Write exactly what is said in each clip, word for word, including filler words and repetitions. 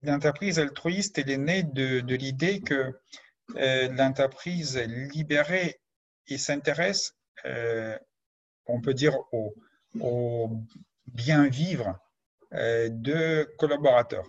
l'entreprise altruiste, elle est née de, de l'idée que euh, l'entreprise libérée et s'intéresse, euh, on peut dire, au, au bien vivre euh, de collaborateurs.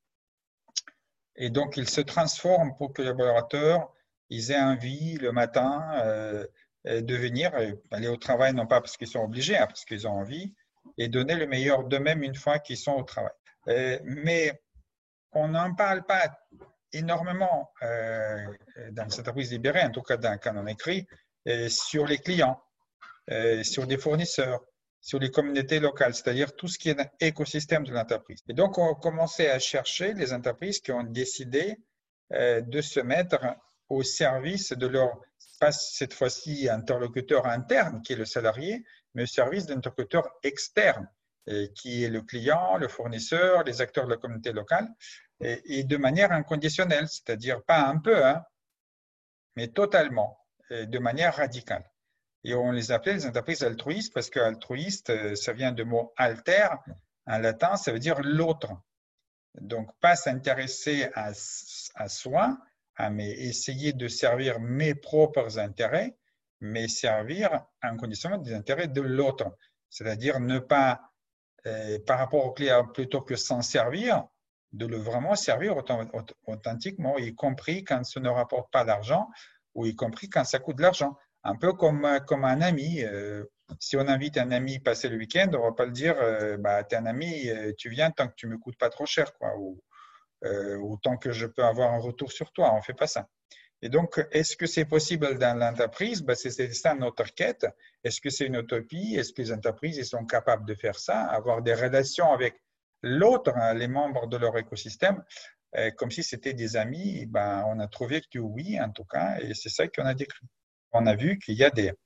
Et donc, ils se transforment pour que les collaborateurs ils aient envie le matin euh, de venir, aller au travail, non pas parce qu'ils sont obligés, hein, parce qu'ils ont envie, et donner le meilleur d'eux-mêmes une fois qu'ils sont au travail. Euh, mais on n'en parle pas énormément euh, dans les entreprises libérées, en tout cas dans, quand on écrit, euh, sur les clients, euh, sur les fournisseurs, sur les communautés locales, c'est-à-dire tout ce qui est écosystème de l'entreprise. Et donc, on a commencé à chercher les entreprises qui ont décidé euh, de se mettre au service de leur, pas cette fois-ci interlocuteur interne qui est le salarié, mais au service d'un interlocuteur externe qui est le client, le fournisseur, les acteurs de la communauté locale, et, et de manière inconditionnelle, c'est-à-dire pas un peu, hein, mais totalement, de manière radicale. Et on les appelait les entreprises altruistes parce que altruiste, ça vient du mot alter, en latin, ça veut dire l'autre. Donc, pas s'intéresser à, à soi, à mais essayer de servir mes propres intérêts, mais servir inconditionnellement des intérêts de l'autre. C'est-à-dire ne pas, euh, par rapport au client, plutôt que s'en servir, de le vraiment servir authentiquement, y compris quand ça ne rapporte pas d'argent ou y compris quand ça coûte de l'argent. Un peu comme, comme un ami. Euh, si on invite un ami passer le week-end, on ne va pas le dire euh, bah, tu es un ami, tu viens tant que tu ne me coûtes pas trop cher, quoi, ou, euh, ou tant que je peux avoir un retour sur toi. On ne fait pas ça. Et donc, est-ce que c'est possible dans l'entreprise? Ben, c'est ça notre quête. Est-ce que c'est une utopie? Est-ce que les entreprises ils sont capables de faire ça, avoir des relations avec l'autre, hein, les membres de leur écosystème, euh, comme si c'était des amis? Ben, on a trouvé que oui, en tout cas, et c'est ça qu'on a décrit. On a vu qu'il y a des,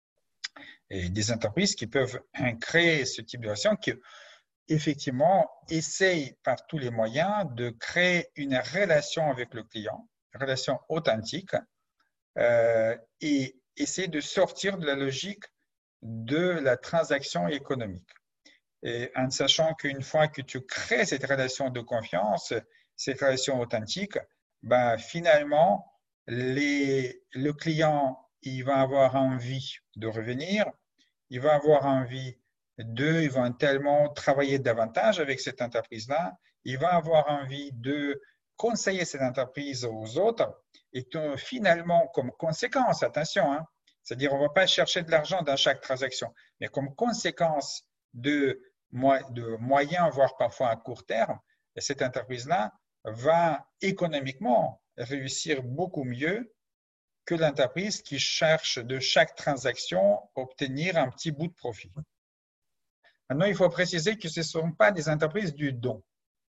des entreprises qui peuvent créer ce type de relation qui, effectivement, essayent par tous les moyens de créer une relation avec le client, une relation authentique, euh, et essayer de sortir de la logique de la transaction économique. Et en sachant qu'une fois que tu crées cette relation de confiance, cette relation authentique, ben, finalement, les, le client il va avoir envie de revenir, il va avoir envie de, il va tellement travailler davantage avec cette entreprise-là, il va avoir envie de conseiller cette entreprise aux autres, et que finalement, comme conséquence, attention, hein, c'est-à-dire on ne va pas chercher de l'argent dans chaque transaction, mais comme conséquence de, de moyens, voire parfois à court terme, cette entreprise-là va économiquement réussir beaucoup mieux que l'entreprise qui cherche de chaque transaction obtenir un petit bout de profit. Maintenant, il faut préciser que ce ne sont pas des entreprises du don.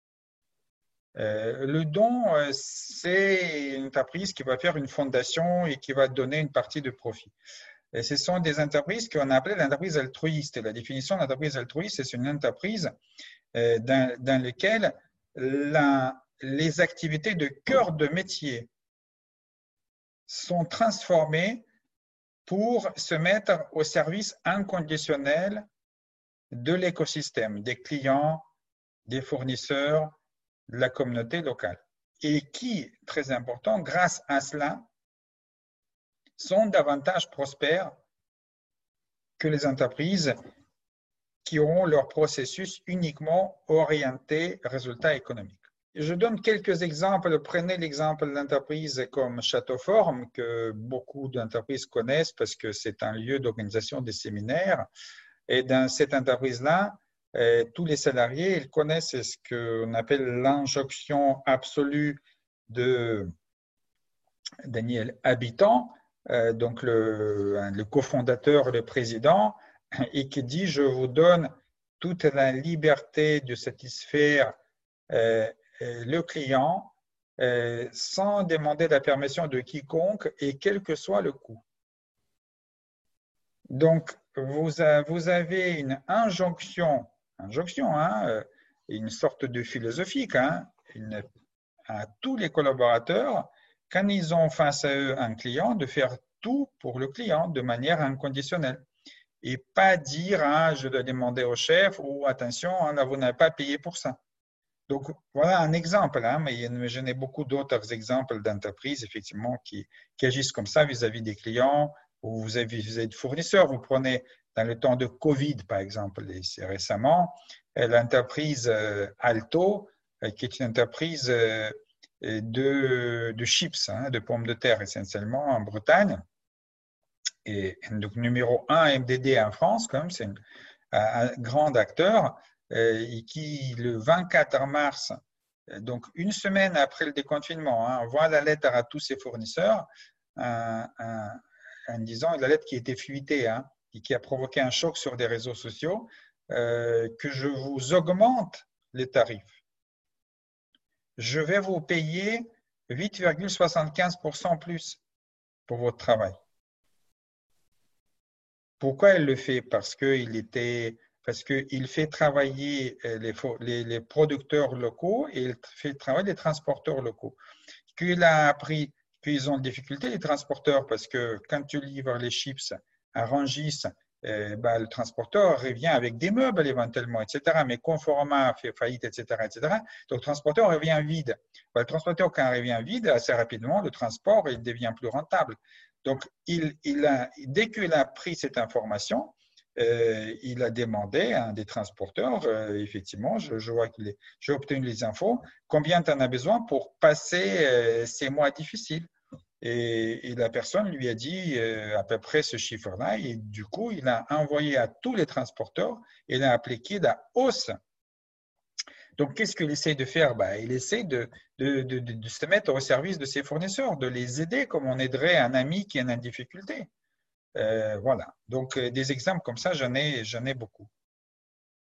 Euh, le don, c'est une entreprise qui va faire une fondation et qui va donner une partie de profit. Et ce sont des entreprises qu'on appelait l'entreprise altruiste. Et la définition de l'entreprise altruiste, c'est une entreprise euh, dans, dans laquelle la, les activités de cœur de métier sont transformées pour se mettre au service inconditionnel de l'écosystème, des clients, des fournisseurs, de la communauté locale. Et qui, très important, grâce à cela, sont davantage prospères que les entreprises qui auront leur processus uniquement orienté résultats économiques. Je donne quelques exemples. Prenez l'exemple d'entreprises comme Château-Fort, que beaucoup d'entreprises connaissent parce que c'est un lieu d'organisation des séminaires. Et dans cette entreprise-là, eh, tous les salariés ils connaissent ce qu'on appelle l'injonction absolue de Daniel Habitant, euh, donc le, le cofondateur, le président, et qui dit « Je vous donne toute la liberté de satisfaire euh, le client euh, sans demander la permission de quiconque et quel que soit le coût. » Donc, vous, a, vous avez une injonction, injonction hein, une sorte de philosophique hein, une, à tous les collaborateurs, quand ils ont face à eux un client, de faire tout pour le client de manière inconditionnelle. Et pas dire, hein, je dois demander au chef ou attention, hein, là, vous n'avez pas payé pour ça. Donc, voilà un exemple, hein, mais je n'ai beaucoup d'autres exemples d'entreprises, effectivement, qui, qui agissent comme ça vis-à-vis des clients ou vous avez, vous avez des fournisseurs. Vous prenez dans le temps de Covid, par exemple, et c'est récemment, l'entreprise Alto, qui est une entreprise de, de chips, hein, de pommes de terre essentiellement en Bretagne, et donc numéro un M D D en France, quand même, c'est un grand acteur, et qui, le vingt-quatre mars, donc une semaine après le déconfinement, hein, envoie la lettre à tous ses fournisseurs en, en, en disant, la lettre qui a été fuitée, hein, et qui a provoqué un choc sur des réseaux sociaux, euh, que je vous augmente les tarifs. Je vais vous payer huit virgule soixante-quinze pour cent plus pour votre travail. Pourquoi elle le fait? Parce qu'il était, parce qu'il fait travailler les, les, les, producteurs locaux et il fait travailler les transporteurs locaux. Qu'il a appris qu'ils ont des difficultés, les transporteurs, parce que quand tu livres les chips à Rungis, eh ben, le transporteur revient avec des meubles éventuellement, et cetera. Mais Conforama fait faillite, et cetera, et cetera. Donc, le transporteur revient vide. Ben, le transporteur, quand il revient vide, assez rapidement, le transport, il devient plus rentable. Donc, il, il a, dès qu'il a pris cette information, euh, il a demandé à un des transporteurs, euh, effectivement, je, je vois que j'ai obtenu les infos, combien tu en as besoin pour passer euh, ces mois difficiles. Et, et, la personne lui a dit euh, à peu près ce chiffre-là, et du coup, il a envoyé à tous les transporteurs, il a appliqué la hausse. Donc, qu'est-ce qu'il essaie de faire? Ben, il essaie de, de, de, de se mettre au service de ses fournisseurs, de les aider comme on aiderait un ami qui est en difficulté. Euh, voilà. Donc, des exemples comme ça, j'en ai, j'en ai beaucoup.